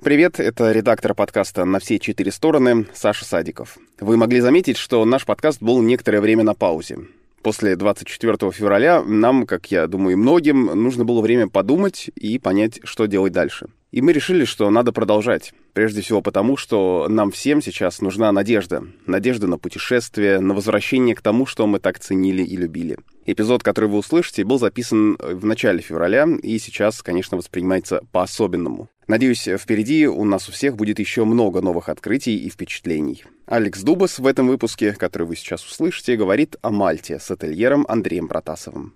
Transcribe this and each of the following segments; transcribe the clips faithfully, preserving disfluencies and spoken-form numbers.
Привет, это редактор подкаста «На все четыре стороны» Саша Садиков. Вы могли заметить, что наш подкаст был некоторое время на паузе. После двадцать четвёртого февраля нам, как я думаю, и многим, нужно было время подумать и понять, что делать дальше. И мы решили, что надо продолжать. Прежде всего потому, что нам всем сейчас нужна надежда. Надежда на путешествие, на возвращение к тому, что мы так ценили и любили. Эпизод, который вы услышите, был записан в начале февраля и сейчас, конечно, воспринимается по-особенному. Надеюсь, впереди у нас у всех будет еще много новых открытий и впечатлений. Алекс Дубас в этом выпуске, который вы сейчас услышите, говорит о Мальте с ательером Андреем Протасовым.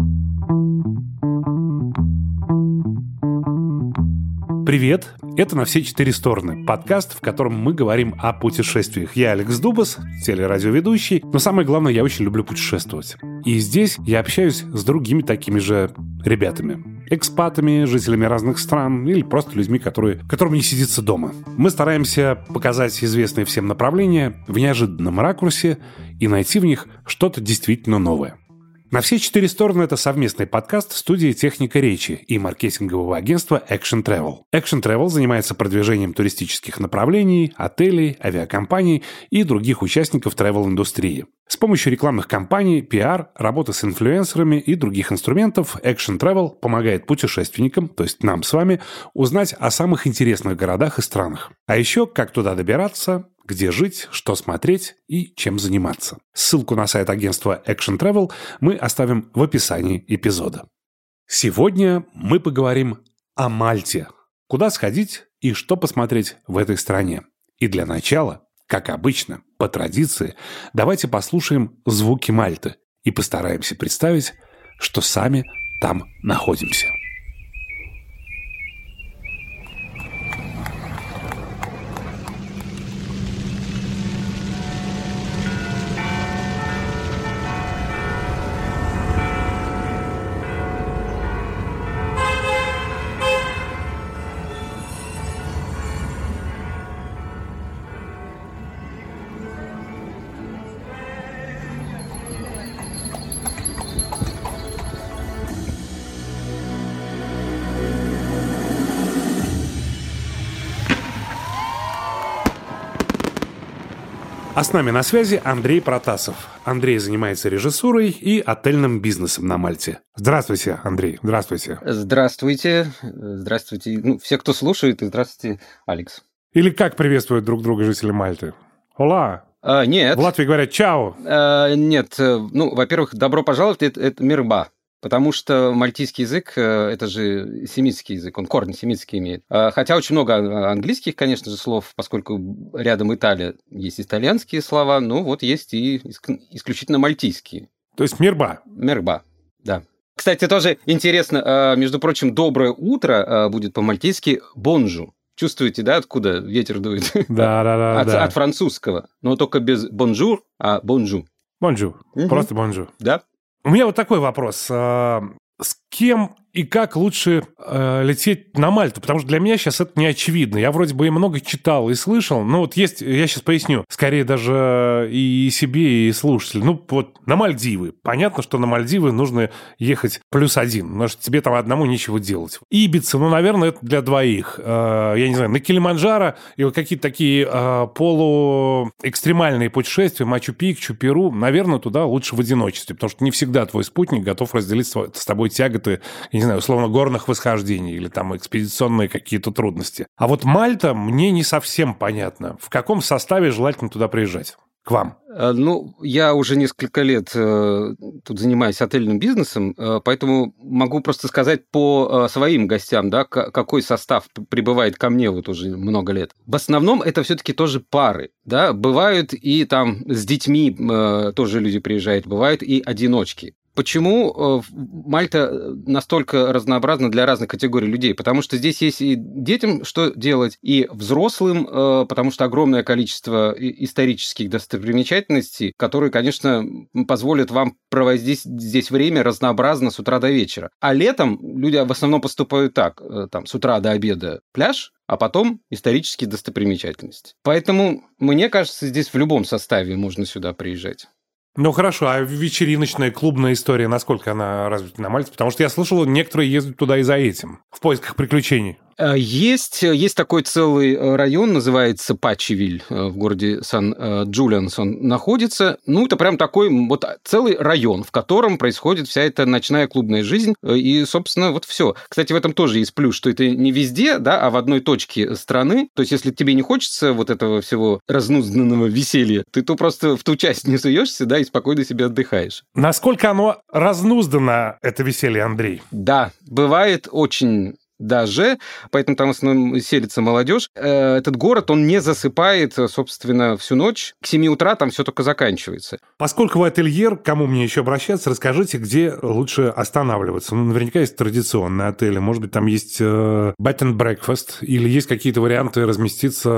Привет! Это «На все четыре стороны» — подкаст, в котором мы говорим о путешествиях. Я Алекс Дубас, телерадиоведущий, но самое главное, я очень люблю путешествовать. И здесь я общаюсь с другими такими же ребятами. Экспатами, жителями разных стран или просто людьми, которые, которым не сидится дома. Мы стараемся показать известные всем направления в неожиданном ракурсе и найти в них что-то действительно новое. «На все четыре стороны» — это совместный подкаст студии «Техника речи» и маркетингового агентства Action Travel. Action Travel занимается продвижением туристических направлений, отелей, авиакомпаний и других участников travel-индустрии. С помощью рекламных кампаний, пиар, работы с инфлюенсерами и других инструментов Action Travel помогает путешественникам, то есть нам с вами, узнать о самых интересных городах и странах. А еще, как туда добираться, где жить, что смотреть и чем заниматься. Ссылку на сайт агентства Action Travel мы оставим в описании эпизода. Сегодня мы поговорим о Мальте. Куда сходить и что посмотреть в этой стране. И для начала, как обычно, по традиции, давайте послушаем звуки Мальты и постараемся представить, что сами там находимся. А с нами на связи Андрей Протасов. Андрей занимается режиссурой и отельным бизнесом на Мальте. Здравствуйте, Андрей. Здравствуйте. Здравствуйте. Здравствуйте. Ну, все, кто слушает, и здравствуйте, Алекс. Или как приветствуют друг друга жители Мальты? Ола. А, нет. В Латвии говорят «чао». А, нет. Ну, во-первых, добро пожаловать, это, это мирба. Потому что мальтийский язык – это же семитский язык, он корни семитские имеет. Хотя очень много английских, конечно же, слов, поскольку рядом Италия, есть итальянские слова, но вот есть и исключительно мальтийские. То есть мирба. Мирба, да. Кстати, тоже интересно, между прочим, доброе утро будет по-мальтийски «бонжу». Чувствуете, да, откуда ветер дует? Да, да, да. От, да. от французского, но только без «бонжур», а «бонжу». «Бонжу», угу. Просто «бонжу». Да. У меня вот такой вопрос. С кем и как лучше э, лететь на Мальту? Потому что для меня сейчас это не очевидно. Я вроде бы и много читал и слышал. Но вот есть, я сейчас поясню, скорее даже и себе, и слушателям. Ну, вот на Мальдивы. Понятно, что на Мальдивы нужно ехать плюс один, потому что тебе там одному нечего делать. Ибица, ну, наверное, это для двоих. Э, я не знаю, на Килиманджаро и вот какие-то такие э, полуэкстремальные путешествия, Мачу-Пикчу, Перу, наверное, туда лучше в одиночестве, потому что не всегда твой спутник готов разделить с тобой тяготы, я не знаю, условно, горных восхождений или там экспедиционные какие-то трудности. А вот Мальта мне не совсем понятно. В каком составе желательно туда приезжать? К вам? Ну, я уже несколько лет э, тут занимаюсь отельным бизнесом, э, поэтому могу просто сказать по э, своим гостям, да, к- какой состав прибывает ко мне вот уже много лет. В основном это все-таки тоже пары, да, бывают и там с детьми э, тоже люди приезжают, бывают и одиночки. Почему Мальта настолько разнообразна для разных категорий людей? Потому что здесь есть и детям что делать, и взрослым, потому что огромное количество исторических достопримечательностей, которые, конечно, позволят вам проводить здесь время разнообразно с утра до вечера. А летом люди в основном поступают так, там, с утра до обеда пляж, а потом исторические достопримечательности. Поэтому, мне кажется, здесь в любом составе можно сюда приезжать. Ну, хорошо, а вечериночная, клубная история, насколько она развита на Мальте? Потому что я слышал, некоторые ездят туда и за этим, в поисках приключений. Есть, есть такой целый район, называется Пачевиль, в городе Сан-Джулианс он находится. Ну, это прям такой вот целый район, в котором происходит вся эта ночная клубная жизнь. И, собственно, вот все. Кстати, в этом тоже есть плюс, что это не везде, да, а в одной точке страны. То есть, если тебе не хочется вот этого всего разнузданного веселья, ты то просто в ту часть не суешься, да, и спокойно себе отдыхаешь. Насколько оно разнуздано, это веселье, Андрей? Да, бывает очень... даже, поэтому там в основном селится молодежь. Этот город, он не засыпает, собственно, всю ночь. К семи утра там все только заканчивается. Поскольку вы ательер, к кому мне еще обращаться, расскажите, где лучше останавливаться. Ну, наверняка есть традиционные отели. Может быть, там есть э, bed and breakfast, или есть какие-то варианты разместиться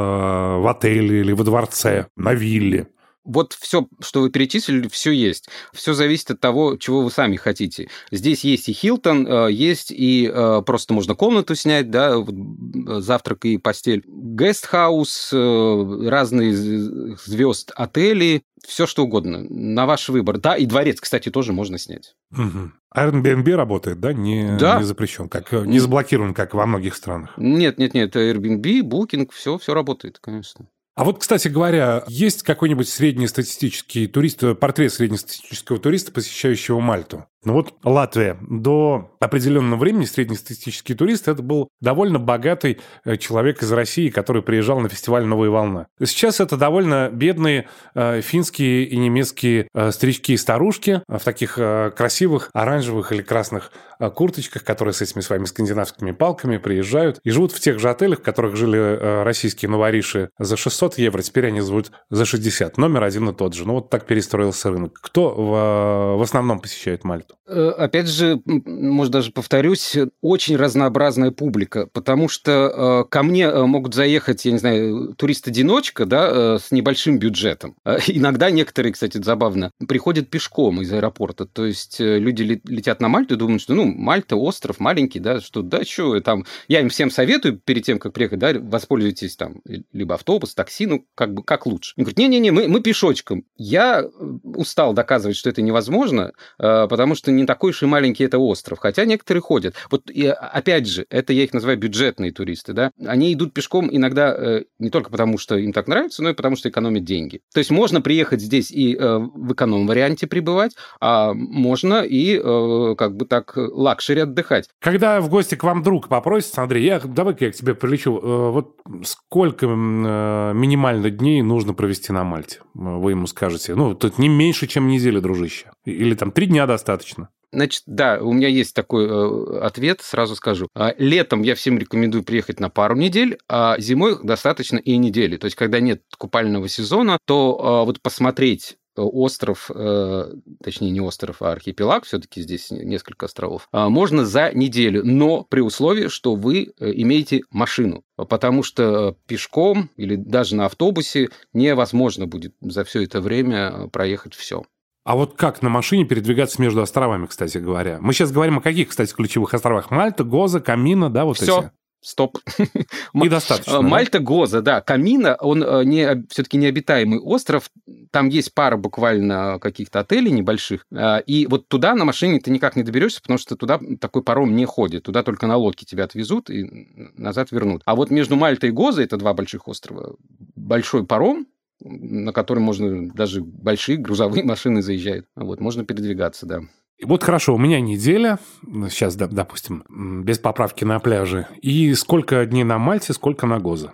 в отеле или во дворце, на вилле. Вот все, что вы перечислили, все есть. Все зависит от того, чего вы сами хотите. Здесь есть и Хилтон, есть и просто можно комнату снять, да, завтрак и постель. Гестхаус, разные звезд отели, все что угодно. На ваш выбор. Да, и дворец, кстати, тоже можно снять. Угу. Airbnb работает, да? Не, да? Не запрещен, как, не заблокирован, как во многих странах. Нет, нет, нет. Airbnb, Booking, все, все работает, конечно. А вот, кстати говоря, есть какой-нибудь среднестатистический турист, портрет среднестатистического туриста, посещающего Мальту? Ну вот Латвия. До определенного времени среднестатистический турист – это был довольно богатый человек из России, который приезжал на фестиваль «Новая волна». Сейчас это довольно бедные э, финские и немецкие э, старички и старушки в таких э, красивых оранжевых или красных э, курточках, которые с этими своими скандинавскими палками приезжают и живут в тех же отелях, в которых жили э, российские новориши за шестьсот евро. Теперь они живут за шестьдесят. Номер один и тот же. Ну вот так перестроился рынок. Кто в, в основном посещает Мальту? Опять же, может, даже повторюсь, очень разнообразная публика, потому что э, ко мне могут заехать, я не знаю, турист-одиночка, да, э, с небольшим бюджетом. Э, иногда некоторые, кстати, забавно, приходят пешком из аэропорта, то есть э, люди летят на Мальту и думают, что, ну, Мальта, остров маленький, да, что, да, что там, я им всем советую перед тем, как приехать, да, воспользуйтесь там либо автобус, такси, ну, как бы, как лучше. Они говорят, не-не-не, мы, мы пешочком. Я устал доказывать, что это невозможно, э, потому что не такой уж и маленький это остров, хотя некоторые ходят. Вот и, опять же, это я их называю бюджетные туристы, да, они идут пешком иногда э, не только потому, что им так нравится, но и потому, что экономят деньги. То есть можно приехать здесь и э, в эконом-варианте пребывать, а можно и э, как бы так лакшери отдыхать. Когда в гости к вам друг попросится, Андрей, я, давай-ка я к тебе прилечу, э, вот сколько э, минимально дней нужно провести на Мальте? Вы ему скажете, ну, тут не меньше, чем неделя, дружище. Или там три дня достаточно. Значит, да, у меня есть такой э, ответ, сразу скажу. Летом я всем рекомендую приехать на пару недель, а зимой достаточно и недели. То есть, когда нет купального сезона, то э, вот посмотреть остров, э, точнее, не остров, а архипелаг, все-таки здесь несколько островов, э, можно за неделю, но при условии, что вы имеете машину. Потому что пешком или даже на автобусе невозможно будет за все это время проехать все. А вот как на машине передвигаться между островами, кстати говоря? Мы сейчас говорим о каких, кстати, ключевых островах? Мальта, Гоза, Камино, да, вот Все. эти? Стоп. Недостаточно. Мальта, Гоза, да. Камино, он не, все-таки необитаемый остров. Там есть пара буквально каких-то отелей небольших. И вот туда на машине ты никак не доберешься, потому что туда такой паром не ходит. Туда только на лодке тебя отвезут и назад вернут. А вот между Мальтой и Гозой, это два больших острова, большой паром, на котором можно даже большие грузовые машины заезжают. Вот, можно передвигаться, да. Вот хорошо, у меня неделя, сейчас, допустим, без поправки на пляже. И сколько дней на Мальте, сколько на Гоза?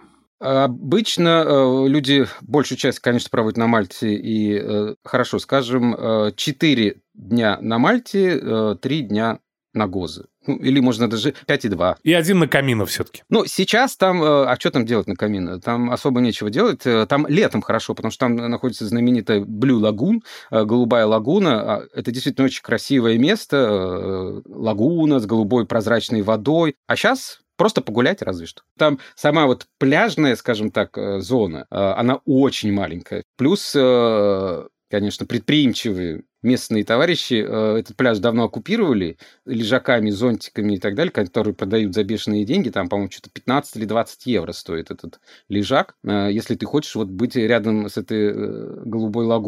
Обычно люди большую часть, конечно, проводят на Мальте. И, хорошо, скажем, четыре дня на Мальте, три дня на Гоза. Ну, или можно даже пять и два. И один на Камино все-таки. Ну, сейчас там... А что там делать на Камино? Там особо нечего делать. Там летом хорошо, потому что там находится знаменитая Blue Lagoon, голубая лагуна. Это действительно очень красивое место. Лагуна с голубой прозрачной водой. А сейчас... Просто погулять разве что. Там сама вот пляжная, скажем так, зона, она очень маленькая. Плюс, конечно, предприимчивые местные товарищи этот пляж давно оккупировали лежаками, зонтиками и так далее, которые продают за бешеные деньги. Там, по-моему, что-то пятнадцать или двадцать евро стоит этот лежак, если ты хочешь вот быть рядом с этой голубой лагуной.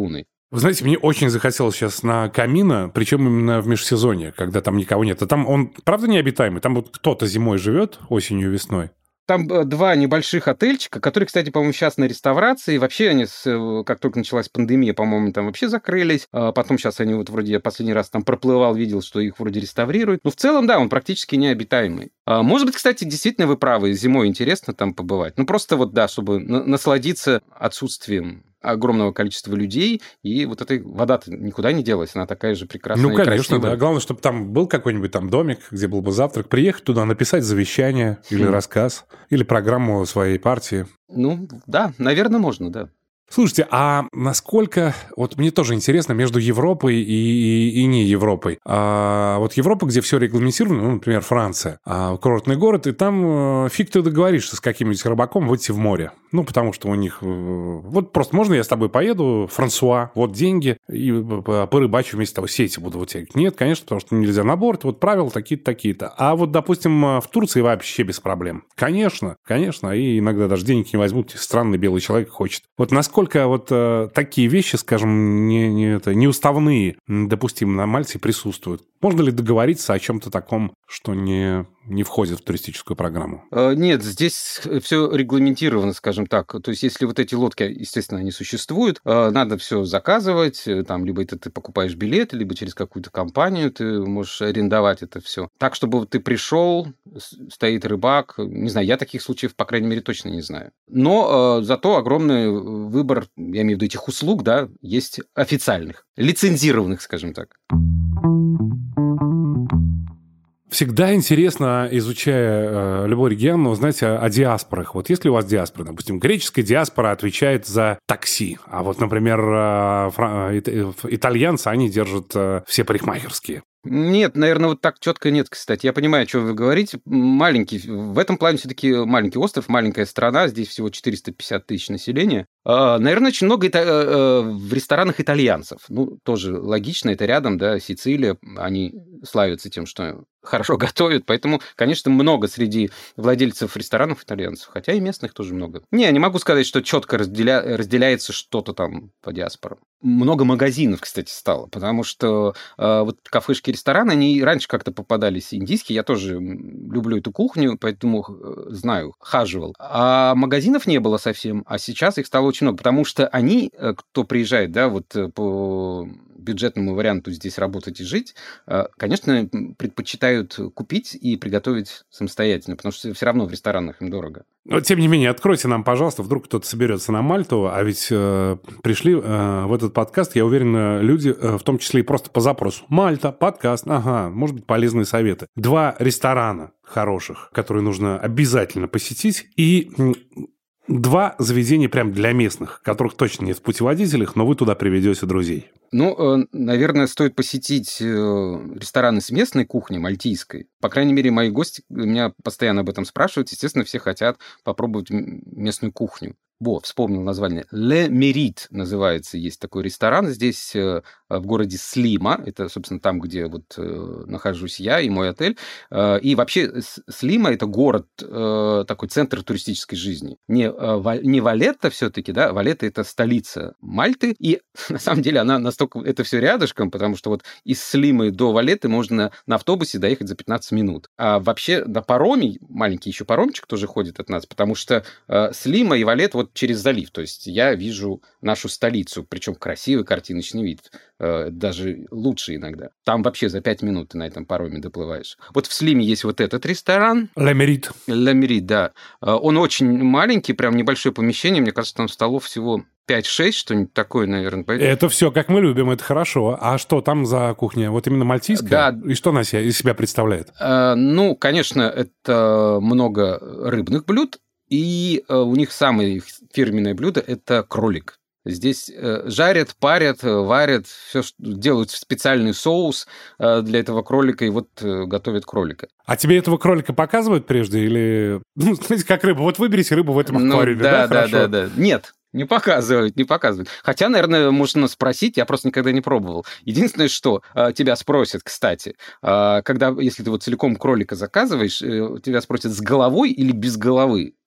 Вы знаете, мне очень захотелось сейчас на камина, причем именно в межсезонье, когда там никого нет. А там он, правда, необитаемый? Там вот кто-то зимой живет, осенью, весной? Там два небольших отельчика, которые, кстати, по-моему, сейчас на реставрации. Вообще они, как только началась пандемия, по-моему, там вообще закрылись. А потом сейчас они вот вроде, я последний раз там проплывал, видел, что их вроде реставрируют. Но в целом, да, он практически необитаемый. А может быть, кстати, действительно вы правы, зимой интересно там побывать. Ну, просто вот, да, чтобы насладиться отсутствием огромного количества людей, и вот эта вода-то никуда не делась, она такая же прекрасная. Ну, конечно, и красивая. Да. Главное, чтобы там был какой-нибудь там домик, где был бы завтрак, приехать туда, написать завещание или рассказ, или программу своей партии. Ну, да, наверное, можно, да. Слушайте, а насколько, вот мне тоже интересно, между Европой и, и, и не Европой. А вот Европа, где все регламентировано, ну, например, Франция, а, курортный город, и там фиг ты договоришься с каким-нибудь рыбаком выйти в море. Ну, потому что у них... Вот просто можно я с тобой поеду, Франсуа, вот деньги, и порыбачу вместе с тобой, сети буду вытягивать. Нет, конечно, потому что нельзя на борт, вот правила такие-то, такие-то. А вот, допустим, в Турции вообще без проблем. Конечно, конечно, и иногда даже денег не возьмут, странный белый человек хочет. Вот насколько вот э, такие вещи, скажем, не, не, это, неуставные, допустимо, на Мальте присутствуют? Можно ли договориться о чем-то таком, что не, не входит в туристическую программу? Нет, здесь все регламентировано, скажем так. То есть, если вот эти лодки, естественно, они существуют, надо все заказывать, там, либо это ты покупаешь билет, либо через какую-то компанию ты можешь арендовать это все. Так, чтобы ты пришел, стоит рыбак, не знаю, я таких случаев, по крайней мере, точно не знаю. Но зато огромный выбор, я имею в виду этих услуг, да, есть официальных, лицензированных, скажем так. Всегда интересно, изучая э, любой регион, узнать о, о диаспорах. Вот если у вас диаспора, допустим, греческая диаспора отвечает за такси, а вот, например, э, фра- э, итальянцы, они держат э, все парикмахерские. Нет, наверное, вот так четко нет, кстати. Я понимаю, о чем вы говорите. Маленький, в этом плане все-таки маленький остров, маленькая страна, здесь всего четыреста пятьдесят тысяч населения. Наверное, очень много ита- в ресторанах итальянцев. Ну, тоже логично, это рядом, да, Сицилия, они славятся тем, что хорошо готовят, поэтому, конечно, много среди владельцев ресторанов итальянцев, хотя и местных тоже много. Не, не могу сказать, что четко разделя... разделяется что-то там по диаспорам. Много магазинов, кстати, стало, потому что э, вот кафешки, рестораны, они раньше как-то попадались индийские, я тоже люблю эту кухню, поэтому э, знаю, хаживал. А магазинов не было совсем, а сейчас их стало очень много, потому что они, кто приезжает, да, вот по бюджетному варианту здесь работать и жить, конечно, предпочитают купить и приготовить самостоятельно, потому что все равно в ресторанах им дорого. Но, тем не менее, откройте нам, пожалуйста, вдруг кто-то соберется на Мальту, а ведь э, пришли э, в этот подкаст, я уверен, люди, э, в том числе и просто по запросу. Мальта, подкаст, ага, может быть, полезные советы. Два ресторана хороших, которые нужно обязательно посетить, и... Два заведения прям для местных, которых точно нет в путеводителях, но вы туда приведете друзей. Ну, наверное, стоит посетить рестораны с местной кухней, мальтийской. По крайней мере, мои гости меня постоянно об этом спрашивают. Естественно, все хотят попробовать местную кухню. Во, вспомнил название. Le Mérite называется. Есть такой ресторан здесь, в городе Слима. Это, собственно, там, где вот нахожусь я и мой отель. И вообще Слима – это город, такой центр туристической жизни. Не, не Валетта все-таки, да? Валетта – это столица Мальты. И, на самом деле, она настолько... Это все рядышком, потому что вот из Слимы до Валетты можно на автобусе доехать за пятнадцать минут. А вообще на пароме, маленький еще паромчик тоже ходит от нас, потому что Слима и Валетта вот через залив. То есть я вижу нашу столицу, причем красивый картиночный вид, даже лучше иногда. Там вообще за пять минут ты на этом пароме доплываешь. Вот в Слиме есть вот этот ресторан. Le Mérite. Le Mérite, да. Он очень маленький, прям небольшое помещение. Мне кажется, там столов всего пять-шесть, что-нибудь такое, наверное. Поэтому... Это все, как мы любим, это хорошо. А что там за кухня? Вот именно мальтийская? Да. И что она из себя представляет? А, ну, конечно, это много рыбных блюд. И э, у них самое фирменное блюдо – это кролик. Здесь э, жарят, парят, варят, все делают специальный соус э, для этого кролика, и вот э, готовят кролика. А тебе этого кролика показывают прежде? Или, ну, знаете, как рыба? Вот выберите рыбу в этом аквариуме, ну, да? Да, да, да, да. Нет. Не показывают, не показывают. Хотя, наверное, можно спросить, я просто никогда не пробовал. Единственное, что э, тебя спросят, кстати, э, когда, если ты вот целиком кролика заказываешь, э, тебя спросят, с головой или без головы.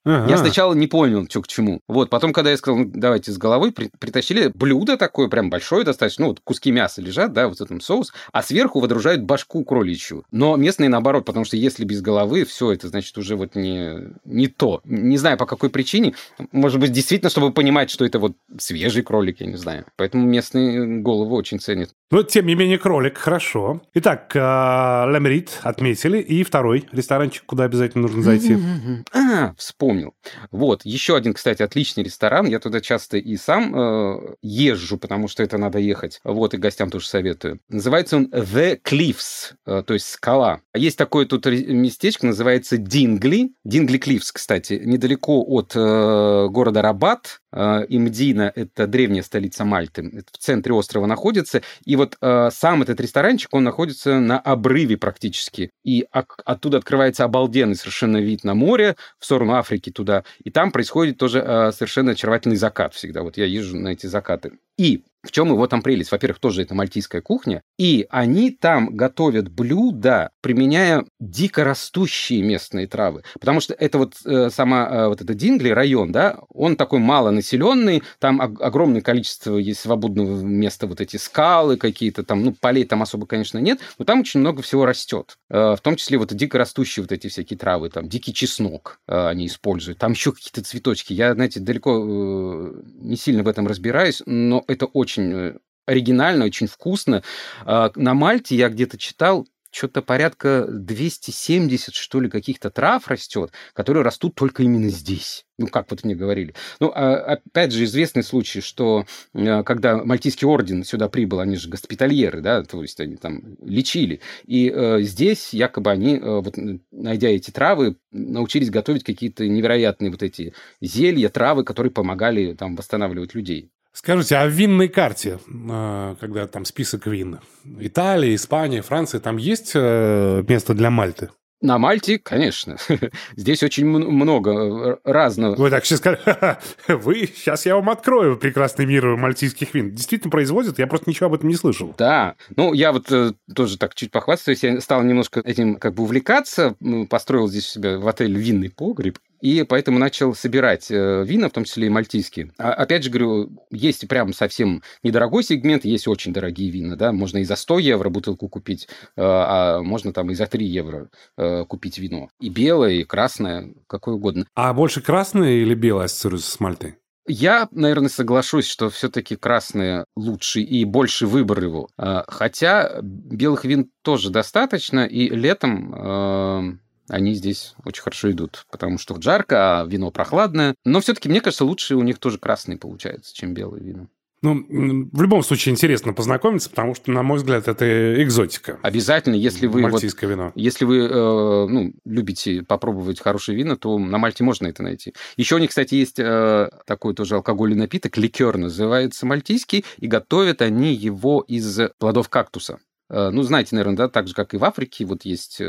Ага. Я сначала не понял, что к чему. Вот, потом, когда я сказал, ну, давайте с головой, при, притащили блюдо такое, прям большое достаточно, ну, вот куски мяса лежат, да, вот этом соус, а сверху водружают башку кроличью. Но местные наоборот, потому что если без головы, все это, значит, уже вот не, не то. Не знаю, по какой причине. Может быть, действительно, чтобы понимать, что это вот свежий кролик, я не знаю. Поэтому местные головы очень ценят. Но, тем не менее, кролик, хорошо. Итак, Ля Мерит отметили. И второй ресторанчик, куда обязательно нужно зайти. А, вспомнил. Вот, еще один, кстати, отличный ресторан. Я туда часто и сам э, езжу, потому что это надо ехать. Вот, и гостям тоже советую. Называется он The Cliffs, э, то есть скала. Есть такое тут местечко, называется Дингли. Дингли Клиффс, кстати, недалеко от э, города Рабат. Э, и Мдина – это древняя столица Мальты. Это в центре острова находится. И вот э, сам этот ресторанчик, он находится на обрыве практически. И ок- оттуда открывается обалденный совершенно вид на море, в сторону Африки туда. И там происходит тоже э, совершенно очаровательный закат всегда. Вот я езжу на эти закаты. И в чем его там прелесть? Во-первых, тоже это мальтийская кухня. И они там готовят блюда, применяя дикорастущие местные травы. Потому что это вот э, сама э, вот эта Дингли, район, да, он такой малонаселенный, там ог- огромное количество есть свободного места, вот эти скалы какие-то, там, ну, полей там особо, конечно, нет, но там очень много всего растет. Э, в том числе вот дикорастущие вот эти всякие травы, там, дикий чеснок э, они используют, там еще какие-то цветочки. Я, знаете, далеко э, не сильно в этом разбираюсь, но это очень оригинально, очень вкусно. На Мальте я где-то читал, что-то порядка двести семьдесят, что ли, каких-то трав растет, которые растут только именно здесь. Ну, как вот мне говорили. Ну, опять же, известный случай, что когда Мальтийский орден сюда прибыл, они же госпитальеры, да, то есть они там лечили. И э, здесь якобы они, э, вот, найдя эти травы, научились готовить какие-то невероятные вот эти зелья, травы, которые помогали там восстанавливать людей. Скажите, а в винной карте, когда там список вин, Италия, Испания, Франция, там есть место для Мальты? На Мальте, конечно. Здесь очень много разного. Вы так сейчас сказали, вы, сейчас я вам открою прекрасный мир мальтийских вин. Действительно производят? Я просто ничего об этом не слышал. Да. Ну, я вот э, тоже так чуть похвастаюсь. Я стал немножко этим как бы увлекаться. Построил здесь у себя в отеле винный погреб. И поэтому начал собирать э, вина, в том числе и мальтийские. А, опять же говорю, есть прям совсем недорогой сегмент, есть очень дорогие вина, да, можно и за сто евро бутылку купить, э, а можно там и за три евро э, купить вино. И белое, и красное, какое угодно. А больше красное или белое ассоциируется с Мальтой? Я, наверное, соглашусь, что все-таки красное лучше и больше выбор его. Хотя белых вин тоже достаточно, и летом... Э, они здесь очень хорошо идут, потому что жарко, а вино прохладное. Но все-таки, мне кажется, лучше у них тоже красные получается, чем белые вина. Ну, в любом случае интересно познакомиться, потому что, на мой взгляд, это экзотика. Обязательно, если вы, Мальтийское вот, вино. Если вы э, ну, любите попробовать хорошие вина, то на Мальте можно это найти. Еще у них, кстати, есть э, такой тоже алкогольный напиток, ликер называется мальтийский, и готовят они его из плодов кактуса. Ну, знаете, наверное, да, так же, как и в Африке, вот есть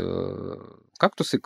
кактусы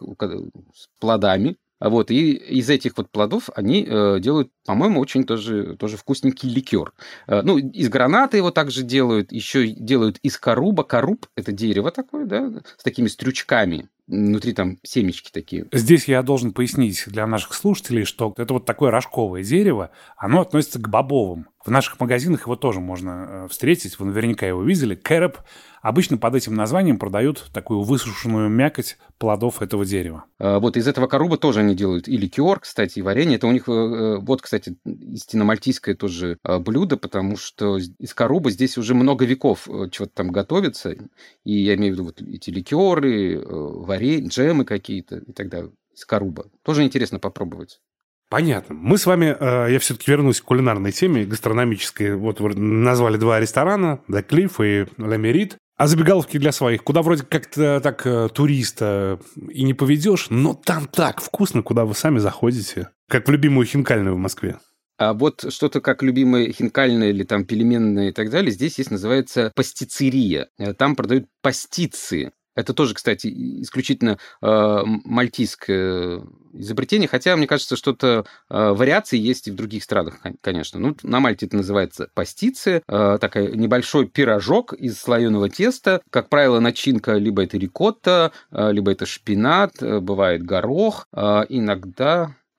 с плодами, вот, и из этих вот плодов они делают, по-моему, очень тоже, тоже вкусненький ликер. Ну, из граната его также делают, еще делают из коруба. Коруб – это дерево такое, да, с такими стрючками. Внутри там семечки такие. Здесь я должен пояснить для наших слушателей, что это вот такое рожковое дерево, оно относится к бобовым. В наших магазинах его тоже можно встретить, вы наверняка его видели. Кэроп. Обычно под этим названием продают такую высушенную мякоть плодов этого дерева. Вот из этого коруба тоже они делают и ликер, кстати, и варенье. Это у них, вот, кстати, истинно мальтийское тоже блюдо, потому что из коруба здесь уже много веков чего-то там готовится. И я имею в виду вот эти ликеры, варенье, джемы какие-то и так далее. Из коруба. Тоже интересно попробовать. Понятно. Мы с вами, э, я все-таки вернусь к кулинарной теме, гастрономической. Вот вы назвали два ресторана, The Cliff и Ля Мерит. А забегаловки для своих, куда вроде как-то так э, туриста и не поведешь, но там так вкусно, куда вы сами заходите. Как в любимую хинкальную в Москве. А вот что-то как любимое хинкальное или там пельменное и так далее, здесь есть, называется пастицерия. Там продают пастиции. Это тоже, кстати, исключительно э, мальтийское изобретение, хотя, мне кажется, что-то э, вариации есть и в других странах, конечно. Ну, на Мальте это называется пастиция, э, такой небольшой пирожок из слоеного теста. Как правило, начинка либо это рикотта, э, либо это шпинат, э, бывает горох, э, иногда...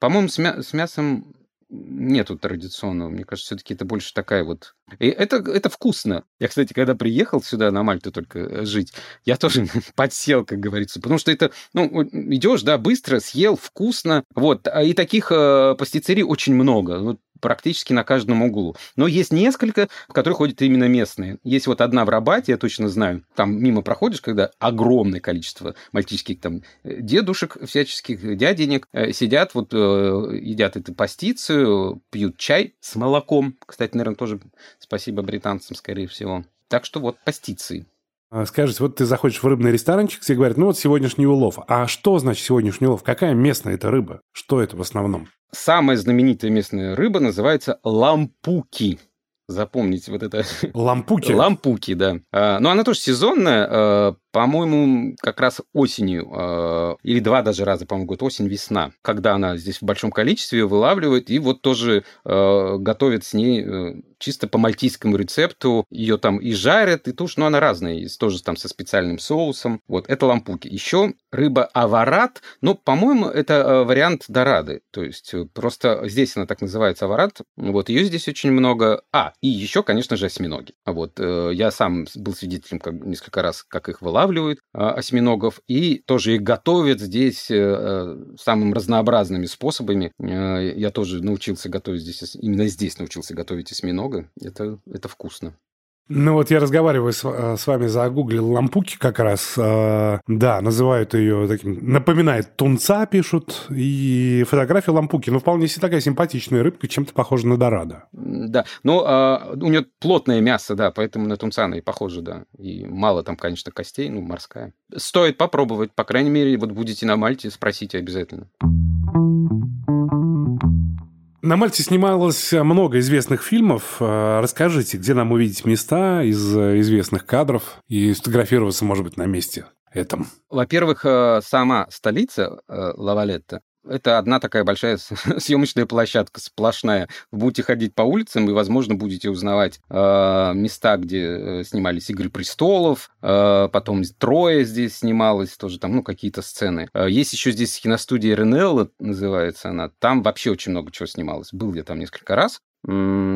По-моему, с, мя- с мясом нету традиционного. Мне кажется, все-таки это больше такая вот... И это, это вкусно. Я, кстати, когда приехал сюда на Мальту только жить, я тоже подсел, как говорится. Потому что это, ну, идешь, да, быстро, съел, вкусно. Вот. И таких э, пастицерий очень много. Вот практически на каждом углу. Но есть несколько, в которых ходят именно местные. Есть вот одна в Рабате, я точно знаю. Там мимо проходишь, когда огромное количество мальтийских там дедушек всяческих, дяденек сидят, вот едят эту пастицию, пьют чай с молоком. Кстати, наверное, тоже спасибо британцам, скорее всего. Так что вот пастиции. Скажите, вот ты заходишь в рыбный ресторанчик, все говорят, ну вот сегодняшний улов. А что значит сегодняшний улов? Какая местная это рыба? Что это в основном? Самая знаменитая местная рыба называется лампуки. Запомните вот это. Лампуки? Лампуки, да. А, но она тоже сезонная. А, по-моему, как раз осенью, а, или два даже раза, по-моему, год, осень-весна, когда она здесь в большом количестве ее вылавливают, и вот тоже а, готовят с ней а, чисто по мальтийскому рецепту. Ее там и жарят, и тушь, но она разная, есть тоже там со специальным соусом. Вот, это лампуки. Еще рыба аварат, ну, по-моему, это а, вариант дорады. То есть просто здесь она так называется аварат. Вот, ее здесь очень много. А, и еще, конечно же, осьминоги. Вот, э, я сам был свидетелем как, несколько раз, как их вылавливают, э, осьминогов, и тоже их готовят здесь э, самыми разнообразными способами. Э, я тоже научился готовить здесь, именно здесь научился готовить осьминога. Это, это вкусно. Ну вот я разговариваю с, с вами, загуглил лампуки как раз. Э, да, называют ее таким... Напоминает тунца, пишут. И фотография лампуки. Ну, вполне себе такая симпатичная рыбка, чем-то похожа на дорадо. Да, но э, у нее плотное мясо, да, поэтому на тунца она и похожа, да. И мало там, конечно, костей, ну, морская. Стоит попробовать, по крайней мере, вот будете на Мальте, спросите обязательно. На Мальте снималось много известных фильмов. Расскажите, где нам увидеть места из известных кадров и сфотографироваться, может быть, на месте этом? Во-первых, сама столица Ла-Валетта — это одна такая большая съемочная площадка, сплошная. Вы будете ходить по улицам и, возможно, будете узнавать э, места, где снимались «Игры престолов», э, потом «Троя» здесь снималась, тоже там, ну, какие-то сцены. Э, есть еще здесь киностудия «Ренелла», называется она. Там вообще очень много чего снималось. Был я там несколько раз. И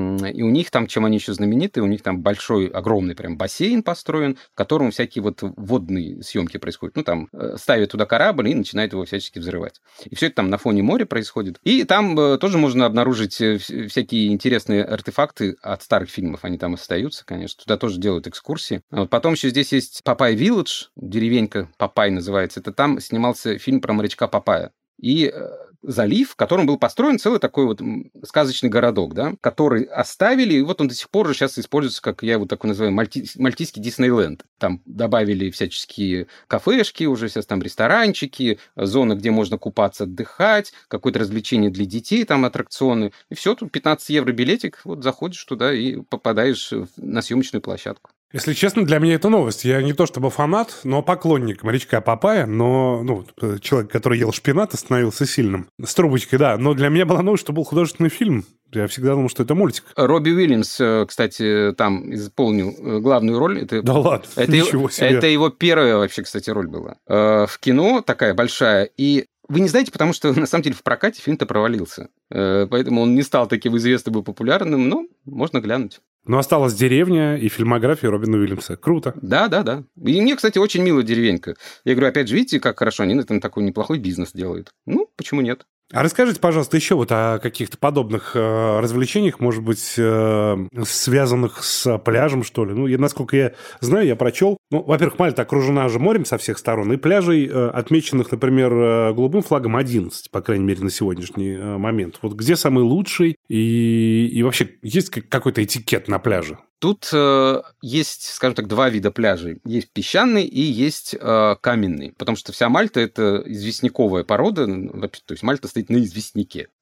у них там, чем они еще знамениты, у них там большой, огромный прям бассейн построен, в котором всякие вот водные съемки происходят. Ну, там ставят туда корабль и начинают его всячески взрывать. И все это там на фоне моря происходит. И там тоже можно обнаружить всякие интересные артефакты от старых фильмов. Они там остаются, конечно. Туда тоже делают экскурсии. Вот потом еще здесь есть Папай Вилледж, деревенька Папай называется. Это там снимался фильм про морячка Папая. И залив, в котором был построен целый такой вот сказочный городок, да, который оставили, и вот он до сих пор сейчас используется, как я его такой называю, мальти... мальтийский Диснейленд. Там добавили всяческие кафешки, уже сейчас там ресторанчики, зоны, где можно купаться, отдыхать, какое-то развлечение для детей, там аттракционы. И все, тут пятнадцать евро билетик, вот заходишь туда и попадаешь на съемочную площадку. Если честно, для меня это новость. Я не то чтобы фанат, но поклонник морячка Папая, но ну, человек, который ел шпинат, становился сильным. С трубочкой, да. Но для меня была новость, что был художественный фильм. Я всегда думал, что это мультик. Робби Уильямс, кстати, там исполнил главную роль. Это, да ладно, это ничего его, себе. Это его первая вообще, кстати, роль была. В кино такая большая. И вы не знаете, потому что, на самом деле, в прокате фильм-то провалился. Поэтому он не стал таким известным и популярным, но можно глянуть. Но осталась деревня и фильмография Робина Уильямса. Круто. Да, да, да. И мне, кстати, очень милая деревенька. Я говорю, опять же, видите, как хорошо они на этом такой неплохой бизнес делают. Ну, почему нет? А расскажите, пожалуйста, еще вот о каких-то подобных э, развлечениях, может быть, э, связанных с пляжем, что ли. Ну, я, насколько я знаю, я прочел. Ну, во-первых, Мальта окружена же морем со всех сторон, и пляжей, э, отмеченных, например, э, голубым флагом, одиннадцать, по крайней мере, на сегодняшний э, момент. Вот где самый лучший? И, и вообще, есть какой-то этикет на пляже? Тут э, есть, скажем так, два вида пляжей. Есть песчаный и есть э, каменный. Потому что вся Мальта – это известняковая порода. То есть Мальта стоит на известняке.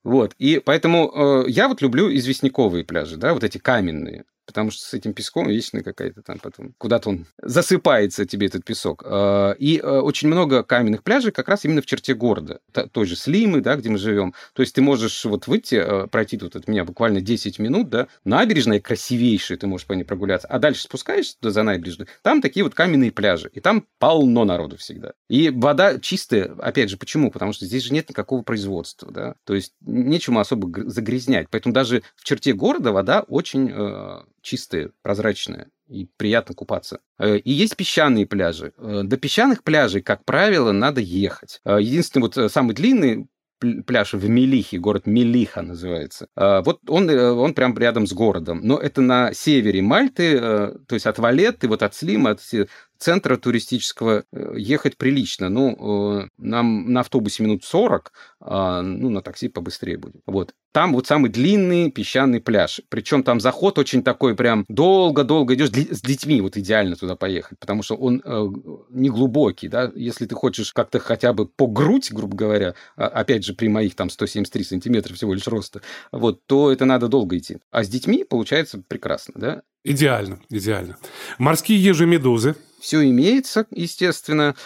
Вот, и поэтому э, я вот люблю известняковые пляжи, да, вот эти каменные. Потому что с этим песком вечно какая-то там потом... Куда-то он засыпается, тебе этот песок. И очень много каменных пляжей как раз именно в черте города. Той же Слимы, да, где мы живем. То есть ты можешь вот выйти, пройти тут от меня буквально десять минут, да, набережная красивейшая, ты можешь по ней прогуляться, а дальше спускаешься туда за набережную, там такие вот каменные пляжи, и там полно народу всегда. И вода чистая, опять же, почему? Потому что здесь же нет никакого производства, да, то есть нечему особо загрязнять. Поэтому даже в черте города вода очень... чистые, прозрачные, и приятно купаться. И есть песчаные пляжи. До песчаных пляжей, как правило, надо ехать. Единственный вот самый длинный пляж в Мелихе, город Мелиха называется. Вот он, он прям рядом с городом. Но это на севере Мальты, то есть от Валетты, вот от Слима, от центра туристического ехать прилично. Ну, нам на автобусе минут сорок, ну, на такси побыстрее будет. Вот. Там вот самый длинный песчаный пляж. Причем там заход очень такой прям долго-долго идешь. С детьми вот идеально туда поехать, потому что он э, не глубокий, да. Если ты хочешь как-то хотя бы по грудь, грубо говоря, опять же, при моих там сто семьдесят три сантиметра всего лишь роста, вот, то это надо долго идти. А с детьми получается прекрасно, да. Идеально, идеально. Морские ежи-медузы. Все имеется, естественно.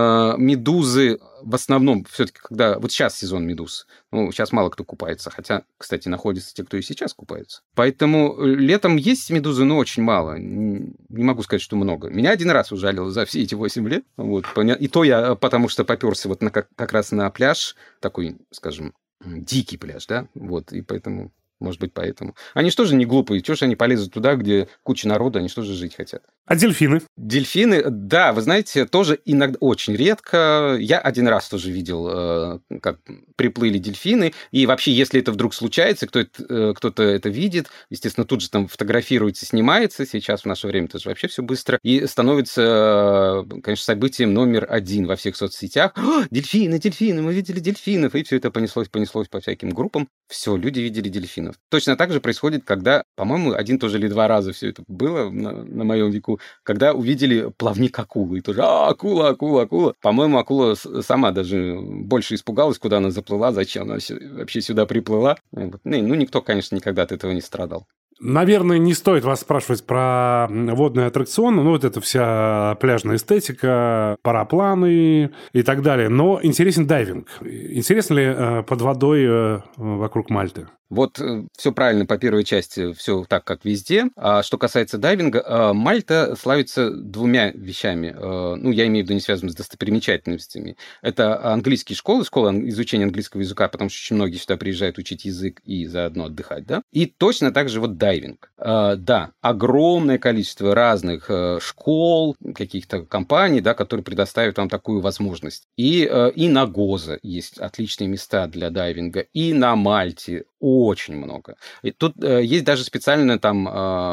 Медузы в основном все-таки, когда... Вот сейчас сезон медуз. Ну, сейчас мало кто купается. Хотя, кстати, находятся те, кто и сейчас купается. Поэтому летом есть медузы, но очень мало. Не могу сказать, что много. Меня один раз ужалило за все эти восемь лет. Вот. И то я потому что попёрся вот на, как, как раз на пляж. Такой, скажем, дикий пляж, да? Вот. И поэтому... Может быть, поэтому. Они что же не глупые? Чего же они полезут туда, где куча народа, они что же жить хотят? А дельфины? Дельфины, да, вы знаете, тоже иногда, очень редко. Я один раз тоже видел, как приплыли дельфины. И вообще, если это вдруг случается, кто-то, кто-то это видит, естественно, тут же там фотографируется, снимается. Сейчас в наше время тоже вообще все быстро. И становится, конечно, событием номер один во всех соцсетях. О, дельфины, дельфины, мы видели дельфинов. И все это понеслось, понеслось по всяким группам. Все, люди видели дельфинов. Точно так же происходит, когда, по-моему, один тоже или два раза все это было на, на моем веку, когда увидели плавник акулы. И тоже, а, акула, акула, акула. По-моему, акула сама даже больше испугалась, куда она заплыла, зачем она вообще сюда приплыла. Ну, никто, конечно, никогда от этого не страдал. Наверное, не стоит вас спрашивать про водные аттракционы, ну, вот эта вся пляжная эстетика, парапланы и так далее. Но интересен дайвинг. Интересно ли под водой вокруг Мальты? Вот все правильно по первой части, все так, как везде. А что касается дайвинга, Мальта славится двумя вещами. Ну, я имею в виду, не связанными с достопримечательностями. Это английские школы, школа изучения английского языка, потому что очень многие сюда приезжают учить язык и заодно отдыхать, да. И точно так же вот дайвинг. Да, огромное количество разных школ, каких-то компаний, да, которые предоставят вам такую возможность. И, и на Гоза есть отличные места для дайвинга, и на Мальте очень много. И тут э, есть даже специально там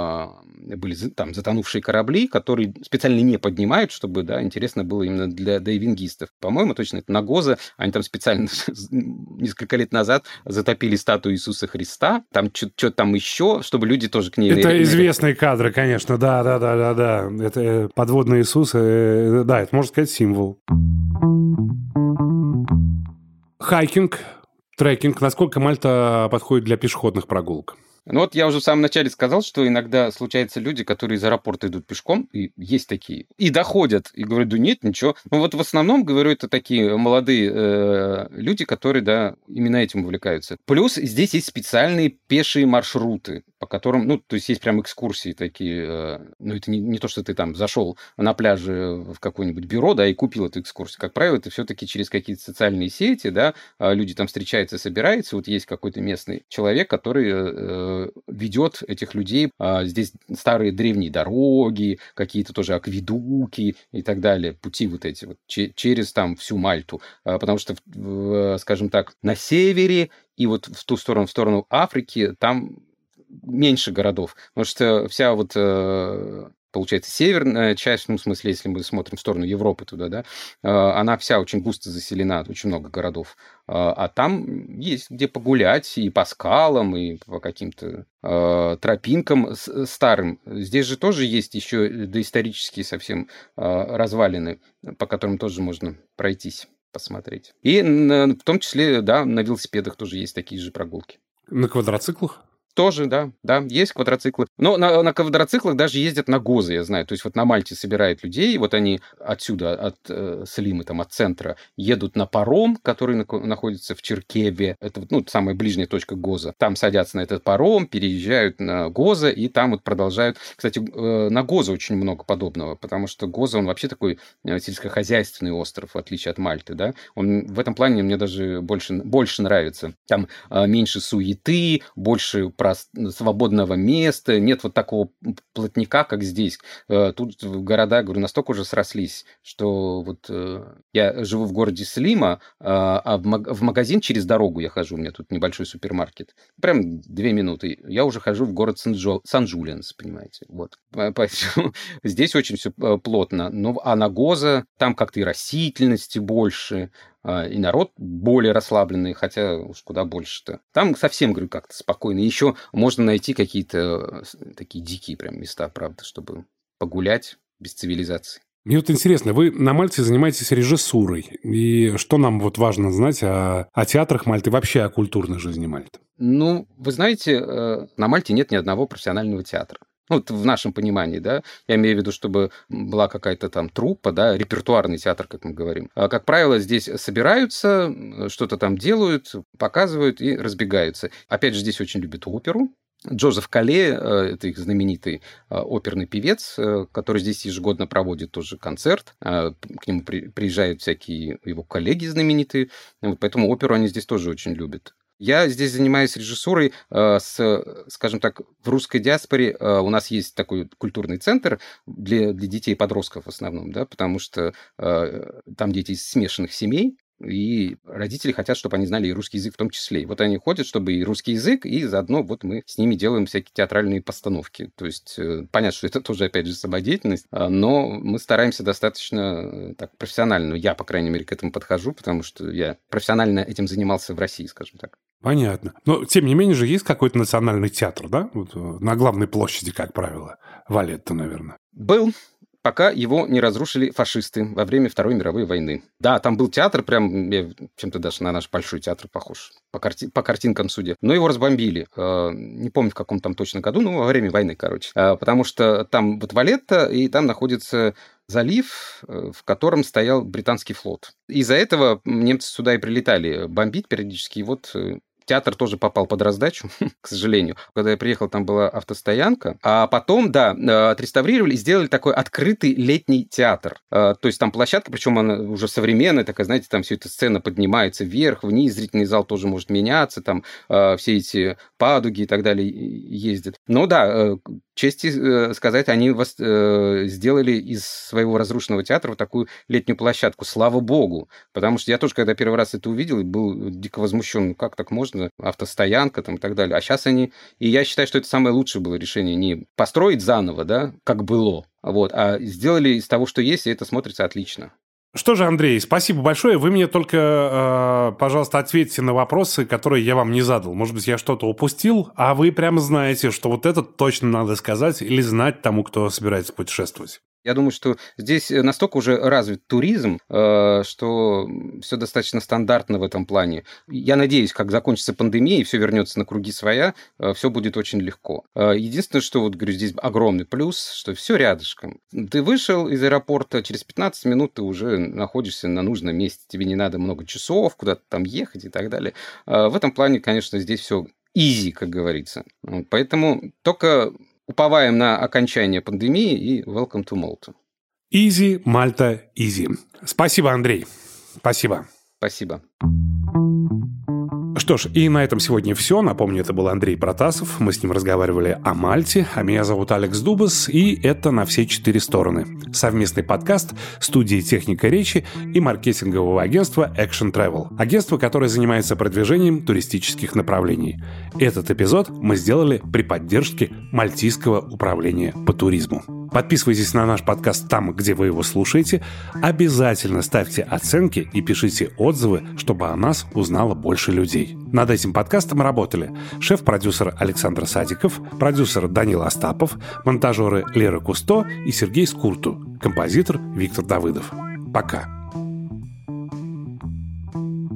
э, были там затонувшие корабли, которые специально не поднимают, чтобы, да, интересно было именно для дайвингистов. По-моему, точно это на Гоза. Они там специально несколько лет назад затопили статую Иисуса Христа. Там что-то там еще, чтобы люди тоже к ней... Это известные кадры, конечно, да, да, да, да, да. Это подводный Иисус, э, да, это, можно сказать, символ. Хайкинг. Трекинг. Насколько Мальта подходит для пешеходных прогулок? Ну вот я уже в самом начале сказал, что иногда случаются люди, которые из аэропорта идут пешком, и есть такие, и доходят, и говорят, да нет, ничего. Ну вот в основном, говорю, это такие молодые э, люди, которые, да, именно этим увлекаются. Плюс здесь есть специальные пешие маршруты, по которым, ну, то есть есть прям экскурсии такие, э, ну, это не, не то, что ты там зашел на пляже в какое-нибудь бюро, да, и купил эту экскурсию. Как правило, это все-таки через какие-то социальные сети, да, люди там встречаются, собираются, вот есть какой-то местный человек, который э, ведет этих людей. Здесь старые древние дороги, какие-то тоже акведуки и так далее, пути вот эти вот через там всю Мальту. Потому что, скажем так, на севере и вот в ту сторону, в сторону Африки, там меньше городов. Потому что вся вот... получается, северная часть, ну, в смысле, если мы смотрим в сторону Европы туда, да, она вся очень густо заселена, очень много городов. А там есть где погулять и по скалам, и по каким-то э, тропинкам старым. Здесь же тоже есть еще доисторические совсем э, развалины, по которым тоже можно пройтись. посмотреть. И в том числе, да, на велосипедах тоже есть такие же прогулки. На квадроциклах? Тоже, да, да, есть квадроциклы. Но на, на квадроциклах даже ездят на ГОЗы, я знаю. То есть вот на Мальте собирают людей, вот они отсюда, от э, Слимы, там, от центра, едут на паром, который на, находится в Черкеве. Это ну, самая ближняя точка ГОЗа. Там садятся на этот паром, переезжают на ГОЗа, и там вот продолжают. Кстати, э, на ГОЗа очень много подобного, потому что ГОЗа, он вообще такой э, сельскохозяйственный остров, в отличие от Мальты, да. Он в этом плане мне даже больше, больше нравится. Там э, меньше суеты, больше свободного места, нет вот такого плотника, как здесь. Тут города, говорю, настолько уже срослись, что вот я живу в городе Слима, а в магазин через дорогу я хожу, у меня тут небольшой супермаркет, прям две минуты, я уже хожу в город Сан-Джулианс, понимаете, вот. Поэтому здесь очень все плотно, но, а на ГОЗа там как-то и растительности больше, и народ более расслабленный, хотя уж куда больше-то. Там совсем, говорю, как-то спокойно. Еще можно найти какие-то такие дикие прям места, правда, чтобы погулять без цивилизации. Мне вот интересно, вы на Мальте занимаетесь режиссурой. И что нам вот важно знать о, о театрах Мальты, вообще о культурной жизни Мальты? Ну, вы знаете, на Мальте нет ни одного профессионального театра. Вот в нашем понимании, да, я имею в виду, чтобы была какая-то там труппа, да, репертуарный театр, как мы говорим. А, как правило, здесь собираются, что-то там делают, показывают и разбегаются. Опять же, здесь очень любят оперу. Джозеф Калле, это их знаменитый оперный певец, который здесь ежегодно проводит тоже концерт. К нему приезжают всякие его коллеги знаменитые, поэтому оперу они здесь тоже очень любят. Я здесь занимаюсь режиссурой, с, скажем так, в русской диаспоре у нас есть такой культурный центр для, для детей и подростков в основном, да, потому что там дети из смешанных семей, и родители хотят, чтобы они знали и русский язык в том числе. И вот они ходят, чтобы и русский язык, и заодно вот мы с ними делаем всякие театральные постановки. То есть понятно, что это тоже, опять же, самодеятельность, но мы стараемся достаточно так профессионально. Я, по крайней мере, к этому подхожу, потому что я профессионально этим занимался в России, скажем так. Понятно. Но, тем не менее же, есть какой-то национальный театр, да? Вот, на главной площади, как правило. Валетто, наверное. Был. Пока его не разрушили фашисты во время Второй мировой войны. Да, там был театр, прям чем-то даже на наш большой театр похож, по, карти- по картинкам судя. Но его разбомбили. Не помню, в каком там точно году, но во время войны, короче. Потому что там вот Валетто, и там находится залив, в котором стоял британский флот. Из-за этого немцы сюда и прилетали бомбить периодически, и вот... Театр тоже попал под раздачу, к сожалению. Когда я приехал, там была автостоянка. А потом, да, отреставрировали и сделали такой открытый летний театр. То есть там площадка, причем она уже современная, такая, знаете, там все эта сцена поднимается вверх, вниз, зрительный зал тоже может меняться, там все эти падуги и так далее ездят. Но да, чести сказать, они сделали из своего разрушенного театра вот такую летнюю площадку. Слава богу. Потому что я тоже, когда первый раз это увидел, был дико возмущен. Как так можно? Автостоянка там и так далее. А сейчас они... И я считаю, что это самое лучшее было решение. Не построить заново, да, как было, вот, а сделали из того, что есть, и это смотрится отлично. Что же, Андрей, спасибо большое. Вы мне только, э, пожалуйста, ответьте на вопросы, которые я вам не задал. Может быть, я что-то упустил, а вы прямо знаете, что вот это точно надо сказать или знать тому, кто собирается путешествовать. Я думаю, что здесь настолько уже развит туризм, что все достаточно стандартно в этом плане. Я надеюсь, как закончится пандемия и все вернется на круги своя, все будет очень легко. Единственное, что вот говорю, здесь огромный плюс, что все рядышком. Ты вышел из аэропорта, через пятнадцать минут ты уже находишься на нужном месте. Тебе не надо много часов куда-то там ехать и так далее. В этом плане, конечно, здесь все easy, как говорится. Поэтому только... уповаем на окончание пандемии и welcome to Malta. Easy, Мальта, easy. Спасибо, Андрей. Спасибо. Спасибо. Что ж, и на этом сегодня все. Напомню, это был Андрей Протасов. Мы с ним разговаривали о Мальте. А меня зовут Алекс Дубас. И это «На все четыре стороны». Совместный подкаст студии «Техника речи» и маркетингового агентства Action Travel. Агентство, которое занимается продвижением туристических направлений. Этот эпизод мы сделали при поддержке Мальтийского управления по туризму. Подписывайтесь на наш подкаст там, где вы его слушаете. Обязательно ставьте оценки и пишите отзывы, чтобы о нас узнало больше людей. Над этим подкастом работали шеф-продюсер Александр Садиков, продюсер Данил Остапов, монтажеры Лера Кусто и Сергей Скурту, композитор Виктор Давыдов. Пока. Thank you.